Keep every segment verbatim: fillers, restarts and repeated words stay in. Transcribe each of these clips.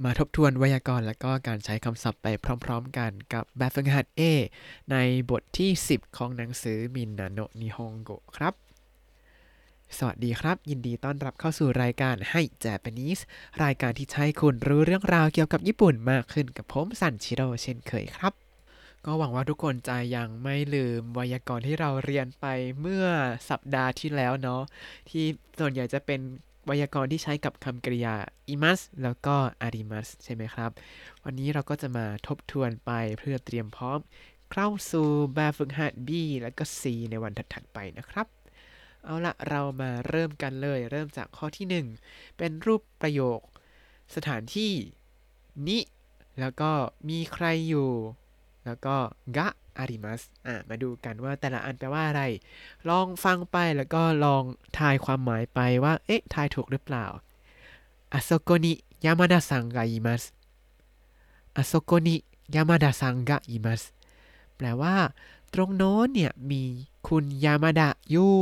มาทบทวนไวยากรณ์และก็การใช้คำศัพท์ไปพร้อมๆกันกับแบบฝึกหัด A ในบทที่สิบของหนังสือมินนาโนะนิฮงโกะครับสวัสดีครับยินดีต้อนรับเข้าสู่รายการให้ Japanese รายการที่ใช้คุณรู้เรื่องราวเกี่ยวกับญี่ปุ่นมากขึ้นกับผมซันชิโร่เช่นเคยครับก็หวังว่าทุกคนจะยังไม่ลืมไวยากรณ์ที่เราเรียนไปเมื่อสัปดาห์ที่แล้วเนาะที่ส่วนใหญ่จะเป็นไวยากรณ์ที่ใช้กับคำกริยาอิมัสแล้วก็อาริมัสใช่ไหมครับวันนี้เราก็จะมาทบทวนไปเพื่อเตรียมพร้อมเข้าสู่แบบฝึกหัด B และก็ C ในวันถัดๆไปนะครับเอาละเรามาเริ่มกันเลยเริ่มจากข้อที่หนึ่งเป็นรูปประโยคสถานที่นิแล้วก็มีใครอยู่แล้วก็กะอาริมัสอ่ะมาดูกันว่าแต่ละอันแปลว่าอะไร ลองฟังไปแล้วก็ลองทายความหมายไปว่าเอ๊ะทายถูกหรือเปล่าあそこに山田さんがいますあそこに山田さんがいますแปลว่าตรงโน้นเนี่ยมีคุณยามาดะอยู่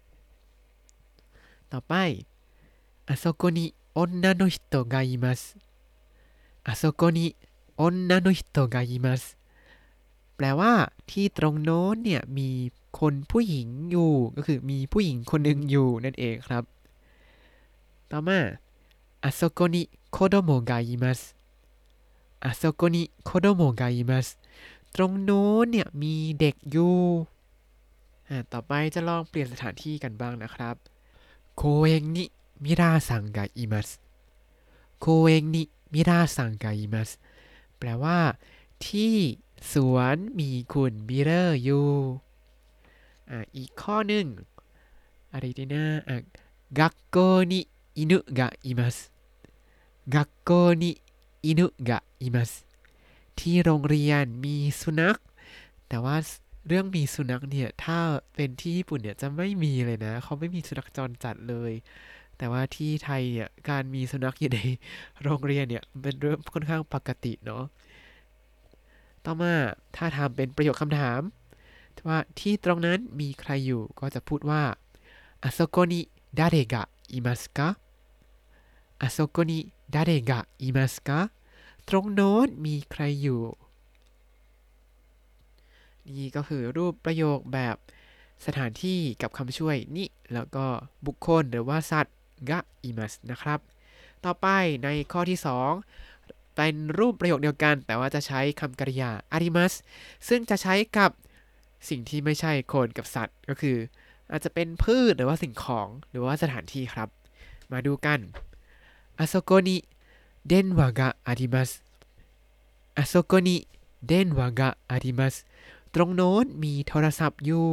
ต่อไปあそこに女の人がいますあそこに女の人がいますแปลว่าที่ตรงโน้นเนี่ยมีคนผู้หญิงอยู่ก็คือมีผู้หญิงคนหนึ่งอยู่นั่นเองครับต่อมาあそこに子供がいますあそこに子供がいますตรงโน้นเนี่ยมีเด็กอยู่อ่าต่อไปจะลองเปลี่ยนสถานที่กันบ้างนะครับ公園にミラーさんがいます公園にミラーさんがいますแปลว่าที่สวนมีคุณมิเรอร์อยู่อ่าอีกข้อหนึ่งอะไรดีนะอ่ะ学校に犬がいます学校に犬がいますที่โรงเรียนมีสุนัขแต่ว่าเรื่องมีสุนัขเนี่ยถ้าเป็นที่ญี่ปุ่นเนี่ยจะไม่มีเลยนะเขาไม่มีสุนัขจรจัดเลยแต่ว่าที่ไทยเนี่ยการมีสุนัขอยู่ในโรงเรียนเนี่ยเป็นเรื่องค่อนข้างปกติเนาะต่อมาถ้าทำเป็นประโยคคำถามว่าที่ตรงนั้นมีใครอยู่ก็จะพูดว่าあそこに誰がいますかあそこに誰がいますかตรงโน้นมีใครอยู่นี่ก็คือรูปประโยคแบบสถานที่กับคำช่วยนิแล้วก็บุคคลหรือว่าสัตว์กะอิมัสนะครับต่อไปในข้อที่สองเป็นรูปประโยคเดียวกันแต่ว่าจะใช้คำกริยาอาริมัสซึ่งจะใช้กับสิ่งที่ไม่ใช่คนกับสัตว์ก็คืออาจจะเป็นพืชหรือว่าสิ่งของหรือว่าสถานที่ครับมาดูกันあそこに電話がありますあそこに電話がありますตรงโน้นมีโทรศัพท์อยู่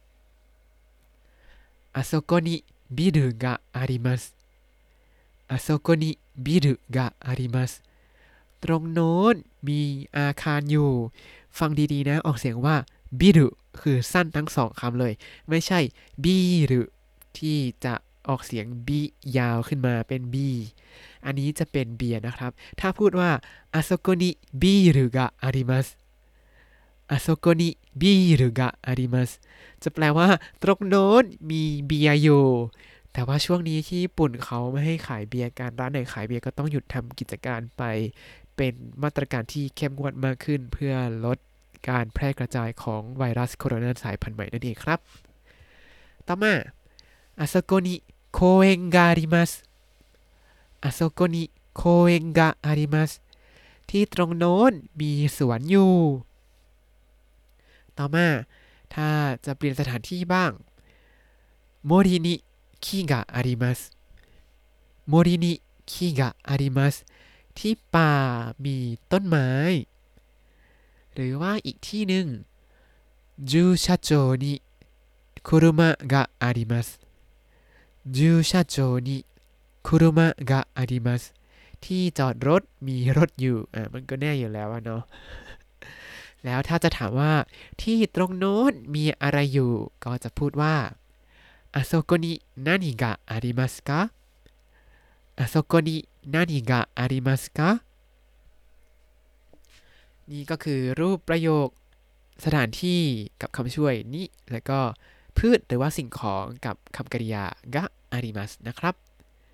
あそこにビルがありますあそこにビルがありますตรงโน้นมีอาคารอยู่ฟังดีๆนะออกเสียงว่าบิรุคือสั้นทั้งสองคำเลยไม่ใช่บิรุที่จะออกเสียงบิยาวขึ้นมาเป็นบีอันนี้จะเป็นเบียร์นะครับถ้าพูดว่าあそこにビールがありますあそこにビールがありますจะแปลว่าตรงโน้นมีเบียร์อยู่แต่ว่าช่วงนี้ที่ญี่ปุ่นเขาไม่ให้ขายเบียร์การร้านไหนขายเบียร์ก็ต้องหยุดทำกิจการไปเป็นมาตรการที่เข้มงวดมากขึ้นเพื่อลดการแพร่กระจายของไวรัสโคโรนาสายพันธุ์ใหม่นั่นเองครับต่อมาあそこに公園がありますあそこに公園がありますที่ตรงโน้นมีสวนอยู่ต่อมาถ้าจะเปลี่ยนสถานที่บ้าง森に木があります森に木がありますที่ป่ามีต้นไม้หรือว่าอีกที่หนึ่ง駐車場に車があります駐車場に車がありますที่จอดรถมีรถอยู่อ่ะมันก็แน่อยู่แล้วเนาะแล้วถ้าจะถามว่าที่ตรงโน้นมีอะไรอยู่ก็จะพูดว่าあそこに何がありますかあそこに何がありますかนี่ก็คือรูปประโยคสถานที่กับคำช่วยนิแล้วก็พืชหรือว่าสิ่งของกับคำกริยากะอาริมัสนะครับ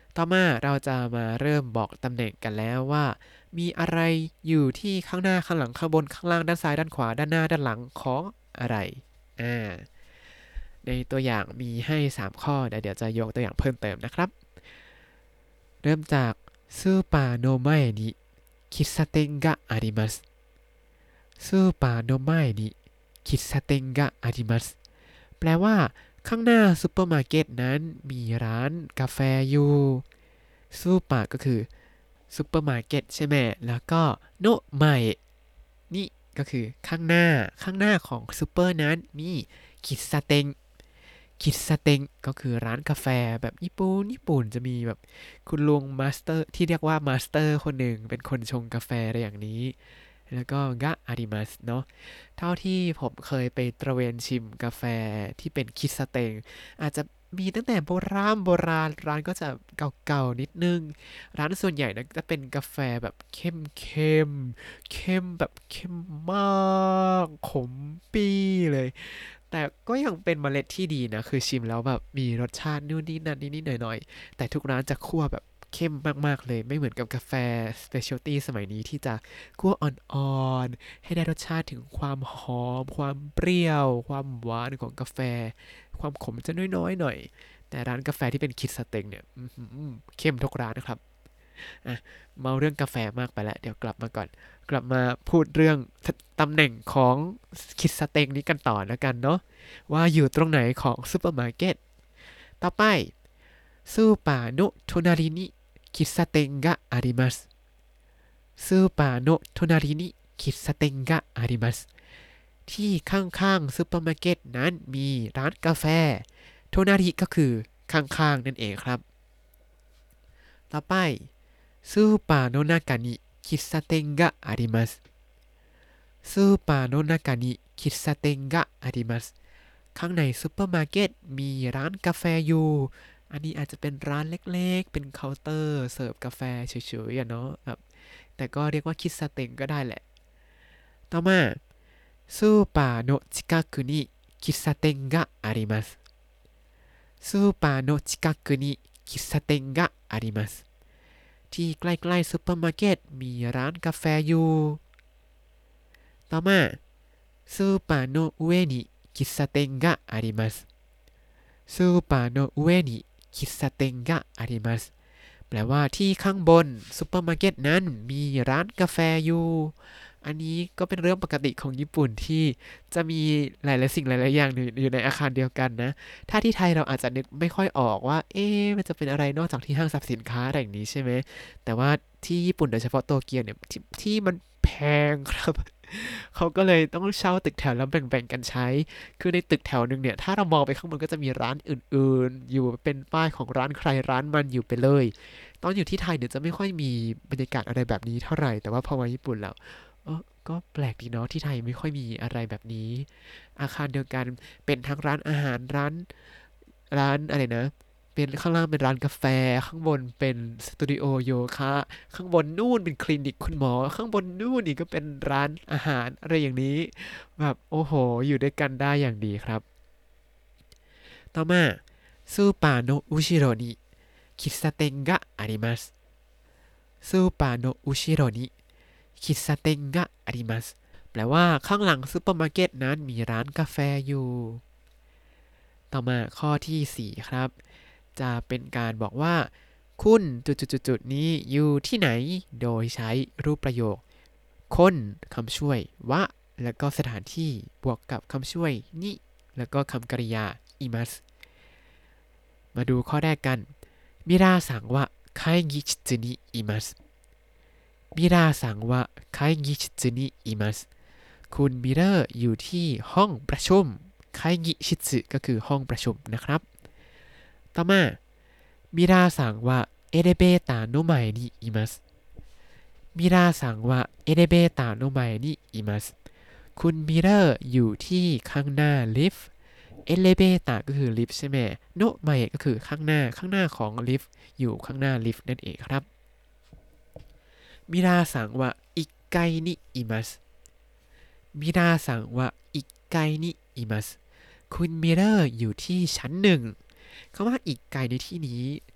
ต่อมาเราจะมาเริ่มบอกตำแหน่งกันแล้วว่ามีอะไรอยู่ที่ข้างหน้าข้างหลังข้างบนข้างล่างด้านซ้ายด้านขวาด้านหน้าด้านหลังของอะไรอ่าในตัวอย่างมีให้สามข้อเดี๋ยวจะยกตัวอย่างเพิ่มเติมนะครับเริ่มจากスーパーの前に喫茶店がありますスーパーの前に喫茶店がありますแปลว่าข้างหน้าซูเปอร์มาร์เก็ตนั้นมีร้านกาแฟอยู่ซูเปอร์ก็คือซูเปอร์มาร์เก็ตใช่ไหมแล้วก็โนไมนี่ก็คือข้างหน้าข้างหน้าของซูเปอร์นั้นมีคิดซาเต็งคิดซาเต็งก็คือร้านกาแฟแบบญี่ปุ่นญี่ปุ่นจะมีแบบคุณลุงมาสเตอร์ที่เรียกว่ามาสเตอร์คนหนึ่งเป็นคนชงกาแฟอะไรอย่างนี้แล้วก็กะอาริมัสเนาะเท่าที่ผมเคยไปตระเวนชิมกาแฟที่เป็นคิดสเต็งอาจจะมีตั้งแต่โบราณโบราณร้านก็จะเก่าๆนิดนึงร้านส่วนใหญ่นะจะเป็นกาแฟแบบเข้มเข้มเข้มแบบเข้มมากขมปีเลยแต่ก็ยังเป็นเมล็ดที่ดีนะคือชิมแล้วแบบมีรสชาตินู่นนี่นั่นนิดๆหน่อยๆแต่ทุกร้านจะคั่วแบบเข้มมากๆเลยไม่เหมือนกับกาแฟสเปเชียลตี้สมัยนี้ที่จะคั่วอ่อนๆให้ได้รสชาติถึงความหอมความเปรี้ยวความหวานของกาแฟความขมจะน้อยๆหน่อยแต่ร้านกาแฟที่เป็นคิดสเต็งเนี่ยเข้มทุกร้านนะครับอ่ะเมาเรื่องกาแฟมากไปแล้วเดี๋ยวกลับมาก่อนกลับมาพูดเรื่องตำแหน่งของคิดสเต็งนี้กันต่อแล้วกันเนาะว่าอยู่ตรงไหนของซูเปอร์มาร์เก็ตต่อไปスーパーの隣に喫茶店がありますスーパーの隣に喫茶店がありますที่ข้างๆซูเปอร์มาร์เก็ตนั้นมีร้านกาแฟโทนาริก็คือข้างๆนั่นเองครับต่อไปスーパーの中に喫茶店がありますスーパーの中に喫茶店がありますข้างในซูเปอร์มาร์เก็ตมีร้านกาแฟอยู่อันนี้อาจจะเป็นร้านเล็กๆเป็นเคาน์เตอร์เสิร์ฟกาแฟเฉยๆอะเนาะแบบแต่ก็เรียกว่าคิดสเต็งก็ได้แหละต่อมาスーパーの近くに喫茶店がありますスーパーの近くに喫茶店がありますที่ใกล้ๆซูเปอร์มาร์เก็ตมีร้านกาแฟอยู่ต่อมาスーパーの上に喫茶店がありますスーパーの上に喫茶店がありますแปลว่าที่ข้างบนซูเปอร์มาร์เก็ตนั้นมีร้านกาแฟอยู่อันนี้ก็เป็นเรื่องปกติของญี่ปุ่นที่จะมีหลายๆสิ่งหลายๆอย่างอยู่ในอาคารเดียวกันนะถ้าที่ไทยเราอาจจะนึกไม่ค่อยออกว่าเอ๊ะมันจะเป็นอะไรนอกจากที่ห้างสรรพสินค้าอะไรอย่างนี้ใช่ไหมแต่ว่าที่ญี่ปุ่นโดยเฉพาะโตเกียวเนี่ยทที่มันแพงครับเขาก็เลยต้องเช่าตึกแถวแล้วแบ่งๆกันใช้คือในตึกแถวหนึ่งเนี่ยถ้าเรามองไปข้างบนก็จะมีร้านอื่นๆอยู่เป็นป้ายของร้านใครร้านมันอยู่ไปเลยตอนอยู่ที่ไทยเนี่ยจะไม่ค่อยมีบรรยากาศอะไรแบบนี้เท่าไหร่แต่ว่าพอมาญี่ปุ่นแล้วเออก็แปลกดีเนาะที่ไทยไม่ค่อยมีอะไรแบบนี้อาคารเดียวกันเป็นทั้งร้านอาหารร้านร้านอะไรนะเป็นข้างล่างเป็นร้านกาแฟข้างบนเป็นสตูดิโอโยคะข้างบนนู่นเป็นคลินิกคุณหมอข้างบนนู่นอีกก็เป็นร้านอาหารอะไรอย่างนี้แบบโอ้โหอยู่ด้วยกันได้อย่างดีครับต่อมาスーパーの後ろに喫茶店がありますスーパーの後ろに喫茶店がありますแปลว่าข้างหลังซูเปอร์มาร์เก็ตนั้นมีร้านกาแฟอยู่ต่อมาข้อที่สี่ครับจะเป็นการบอกว่าคุณจุดๆๆนี้อยู่ที่ไหนโดยใช้รูปประโยคคนคำช่วยวะแล้วก็สถานที่บวกกับคำช่วยนิแล้วก็คำกริยาอิมัสมาดูข้อแรกกันมิราซังวะ会議室にいますมิราซังวะ会議室にいますคุณมิเลอร์อยู่ที่ห้องประชุมไคงิชิสึก็คือห้องประชุมนะครับต่อมามิราซังวะเอเลเบเตอร์โนไมนิอิมัสมิราซังวะเอเลเบเตอร์โนไมนิอิมัสคุณมิเลอร์อยู่ที่ข้างหน้าลิฟต์เอเลเบเตอร์ก็คือลิฟต์ใช่ไหมโนไมก็คือข้างหน้าข้างหน้าของลิฟต์อยู่ข้างหน้าลิฟต์นั่นเองครับมิราซังวะอิกไกนิอิมัสมิราซังวะอิกไกนิอิมัสคุณมิเลอร์อยู่ที่ชั้นหนึ่งคำว่าอิกไกในที่นี้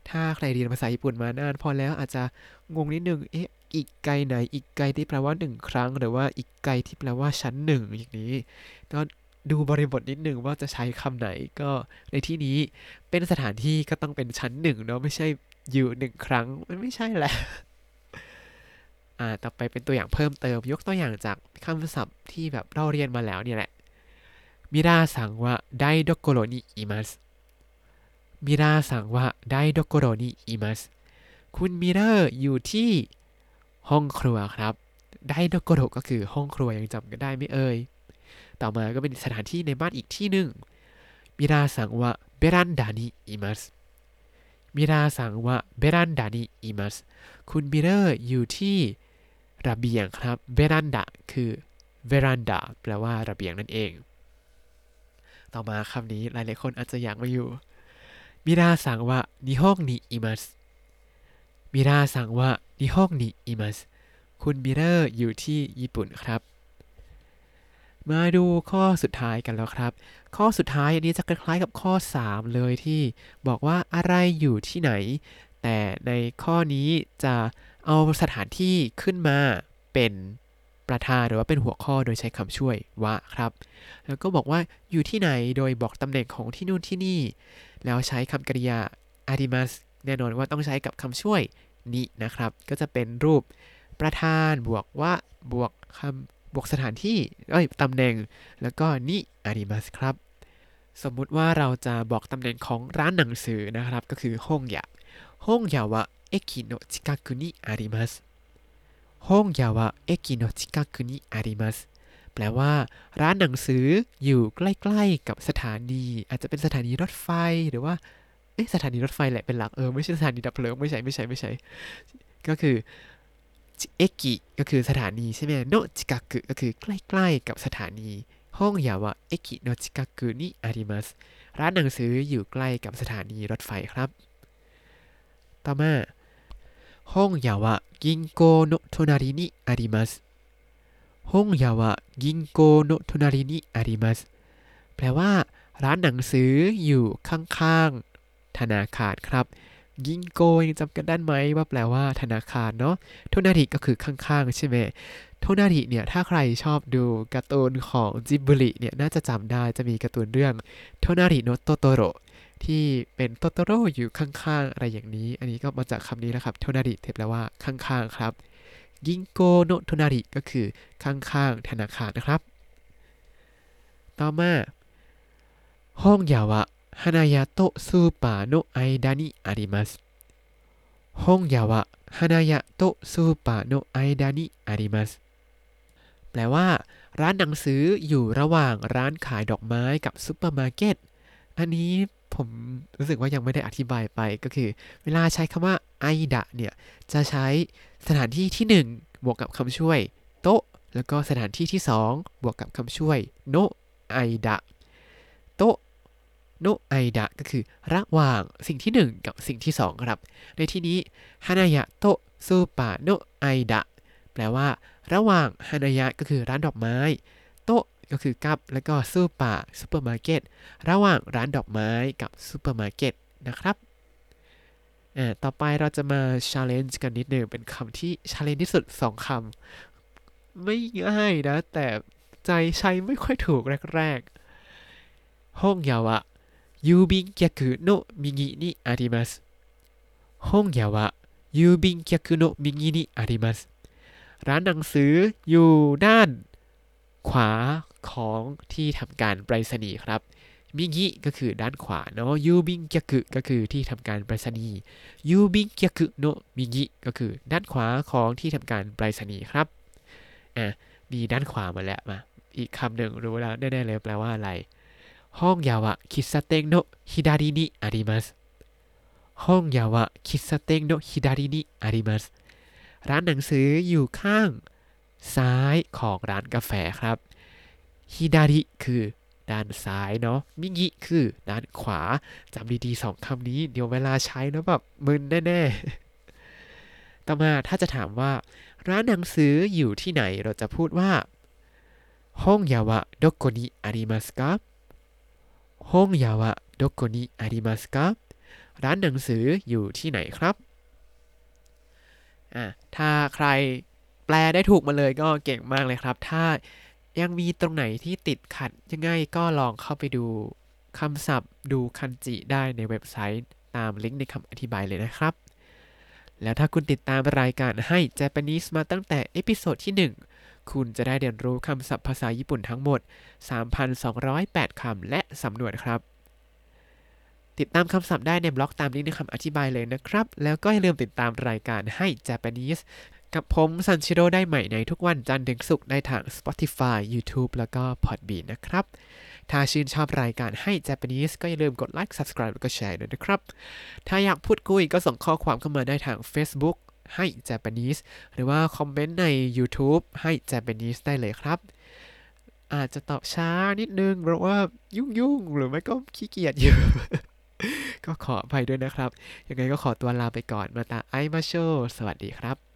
ถ้าใครเรียนภาษาญี่ปุ่นมานานพอแล้วอาจจะงงนิดนึงเอ๊ะอิกไกไหนอิกไกที่แปลว่าหนึ่งครั้งหรือว่าอิกไกที่แปลว่าชั้นหนึ่งอย่างนี้ก็ดูบริบทนิดนึงว่าจะใช้คำไหนก็ในที่นี้เป็นสถานที่ก็ต้องเป็นชั้นหนึ่งเนาะไม่ใช่อยู่หนึ่งครั้งมันไม่ใช่แหละอ่าต่อไปเป็นตัวอย่างเพิ่มเติมยกตัวอย่างจากคำศัพท์ที่แบบเราเรียนมาแล้วเนี่ยแหละมิราซังวะไดโดโกโรนิอิมัสมิราซังวะไดโดโกโรนิอิมัสคุณมิเรอร์อยู่ที่ห้องครัวครับไดโดโกโรก็คือห้องครัวยังจำกันได้ไหมเอ่ยต่อมาก็เป็นสถานที่ในบ้านอีกที่หนึ่งมิราซังวะเบรันดานิอิมัสมิราซังวะเบรันดานิอิมัสคุณมิเรอร์อยู่ที่ระเบียงครับเบรันดาคือเวรันดาแปลว่าระเบียงนั่นเองต่อมาคำนี้หลายๆคนอาจจะอยากมาอยู่มิราซังวะนิฮงนิอิมัสมิราซังวะนิฮงนิอิมัสคุณมิเรอร์อยู่ที่ญี่ปุ่นครับมาดูข้อสุดท้ายกันแล้วครับข้อสุดท้ายอันนี้จะคล้ายๆกับข้อสามเลยที่บอกว่าอะไรอยู่ที่ไหนแต่ในข้อนี้จะเอาสถานที่ขึ้นมาเป็นประธานหรือว่าเป็นหัวข้อโดยใช้คำช่วยวะครับแล้วก็บอกว่าอยู่ที่ไหนโดยบอกตำแหน่งของที่นู่นที่นี่แล้วใช้คำกริยาอาริมัสแน่นอนว่าต้องใช้กับคำช่วยนินะครับก็จะเป็นรูปประธานบวกวะบวกคำบวกสถานที่เอ้ยตำแหน่งแล้วก็นิอาริมัสครับสมมุติว่าเราจะบอกตำแหน่งของร้านหนังสือนะครับก็คือฮงยะฮงยะวะเอกิโนะชิกากุนิอาริมัสฮงยะวะเอกิโนะชิกากุนิอาริมัสแปลว่าร้านหนังสืออยู่ใกล้ๆกับสถานีอาจจะเป็นสถานีรถไฟหรือว่าเอ๊ะสถานีรถไฟแหละเป็นหลักเออไม่ใช่สถานีดับเพลิงไม่ใช่ไม่ใช่ไม่ใช่ก็คือเอกิก็คือสถานีใช่ไหมโนะชิกากุก็คือใกล้ๆกับสถานีห้องยาวะเอกิโนะชิกากุนิอาริมัสร้านหนังสืออยู่ใกล้กับสถานีรถไฟครับต่อมาห้องยาวะกินโกโนะโทนารินิอาริมัสห้องยาวะกินโกโนะโทนารินิอาริมัสแปลว่าร้านหนังสืออยู่ข้างๆธนาคารครับกินโกยังจำกันได้ไหมว่าแปลว่าธนาคารเนาะโทนาริก็คือข้างๆใช่ไหมโทนาริเนี่ยถ้าใครชอบดูการ์ตูนของจิบุริเนี่ยน่าจะจำได้จะมีการ์ตูนเรื่องโทนาริโนโตโตโรที่เป็นโตโตโร่อยู่ข้างๆอะไรอย่างนี้อันนี้ก็มาจากคำนี้นะครับโทนาริแปลว่าข้างๆครับกินโกโนโทนาริก็คือข้างๆธนาคารนะครับต่อมาห้องยาวะฮานายะโตะซูเปอร์โนะไอดานิอาริมัสห้องยาวะฮานายะโตะซูเปอร์โนะไอดานิอาริมัสแปลว่าร้านหนังสืออยู่ระหว่างร้านขายดอกไม้กับซุปเปอร์มาร์เก็ตอันนี้ผมรู้สึกว่ายังไม่ได้อธิบายไปก็คือเวลาใช้คำว่าไอดะเนี่ยจะใช้สถานที่ที่หนึ่งบวกกับคำช่วยโตะแล้วก็สถานที่ที่สองบวกกับคำช่วยโนะไอดะโตะโนะไอดะก็คือระหว่างสิ่งที่หนึ่งกับสิ่งที่สองครับในที่นี้ฮานายะโตะซูปะโนะไอดะแปลว่าระหว่างฮานายะก็คือร้านดอกไม้โตะก็คือกับแล้วก็ซูปะซูเปอร์มาร์เก็ตระหว่างร้านดอกไม้กับซูเปอร์มาร์เก็ตนะครับอ่าต่อไปเราจะมา challenge กันนิดนึงเป็นคำที่ challenge ที่สุดสองคำไม่ง่ายนะแต่ใจใช้ไม่ค่อยถูกแรกๆห้องยาวะยูบินแกคุโนะมิงินิอาริมัสห้องยาวะยูบินแกคุโนะมิงินิอาริมัสร้านหนังสืออยู่ด้านขวาของที่ทำการไปรษณีย์ครับมิงิก็คือด้านขวาเนาะยูบินแกคุก็คือที่ทำการไปรษณีย์ยูบินแกคุโนะมิงิก็คือด้านขวาของที่ทำการไปรษณีย์ครับอ่ะมีด้านขวามาแล้วมาอีกคำหนึ่งรู้แล้วแน่ๆเลยแปลว่าอะไรห้องยาวะคิซาเต็งโนะฮิดารินิอาริมัสห้องยาวะคิซาเต็งโนะฮิดารินิอาริมัสร้านหนังสืออยู่ข้างซ้ายของร้านกาแฟครับฮิดาริคือด้านซ้ายเนาะมิงิคือด้านขวาจำดีๆสองคำนี้เดี๋ยวเวลาใช้แล้วแบบมึนแน่ๆต่อมาถ้าจะถามว่าร้านหนังสืออยู่ที่ไหนเราจะพูดว่าห้องยาวะโดโกนิอาริมัสกะห้องยาวะโดโกนิอาริมัสกะร้านหนังสืออยู่ที่ไหนครับอ่ะถ้าใครแปลได้ถูกมาเลยก็เก่งมากเลยครับถ้ายังมีตรงไหนที่ติดขัดยังไงก็ลองเข้าไปดูคำศัพท์ดูคันจิได้ในเว็บไซต์ตามลิงก์ในคำอธิบายเลยนะครับแล้วถ้าคุณติดตามรายการให้ Japanese มาตั้งแต่เอพิโซดที่หนึ่งคุณจะได้เรียนรู้คำศัพท์ภาษาญี่ปุ่นทั้งหมด สามพันสองร้อยแปด คำและสำนวนครับติดตามคำศัพท์ได้ในบล็อกตามลิงก์ในคำอธิบายเลยนะครับแล้วก็อย่าลืมติดตามรายการให้ Japanese กับผมซันชิโร่ได้ใหม่ในทุกวันจันทร์ถึงศุกร์ได้ทาง Spotify YouTube แล้วก็ Podbean นะครับถ้าชื่นชอบรายการให้ Japanese ก็อย่าลืมกดไลค์ Subscribe แล้วก็แชร์ด้วยนะครับถ้าอยากพูดคุยก็ส่งข้อความเข้ามาได้ทาง Facebook ให้ Japanese หรือว่าคอมเมนต์ใน YouTube ให้ Japanese ได้เลยครับอาจจะตอบช้านิดนึงเพราะว่ายุ่งๆหรือไม่ก็ขี้เกียจอยู่ ก็ขออภัยด้วยนะครับยังไงก็ขอตัวลาไปก่อนมาตาไอมาโชสวัสดีครับ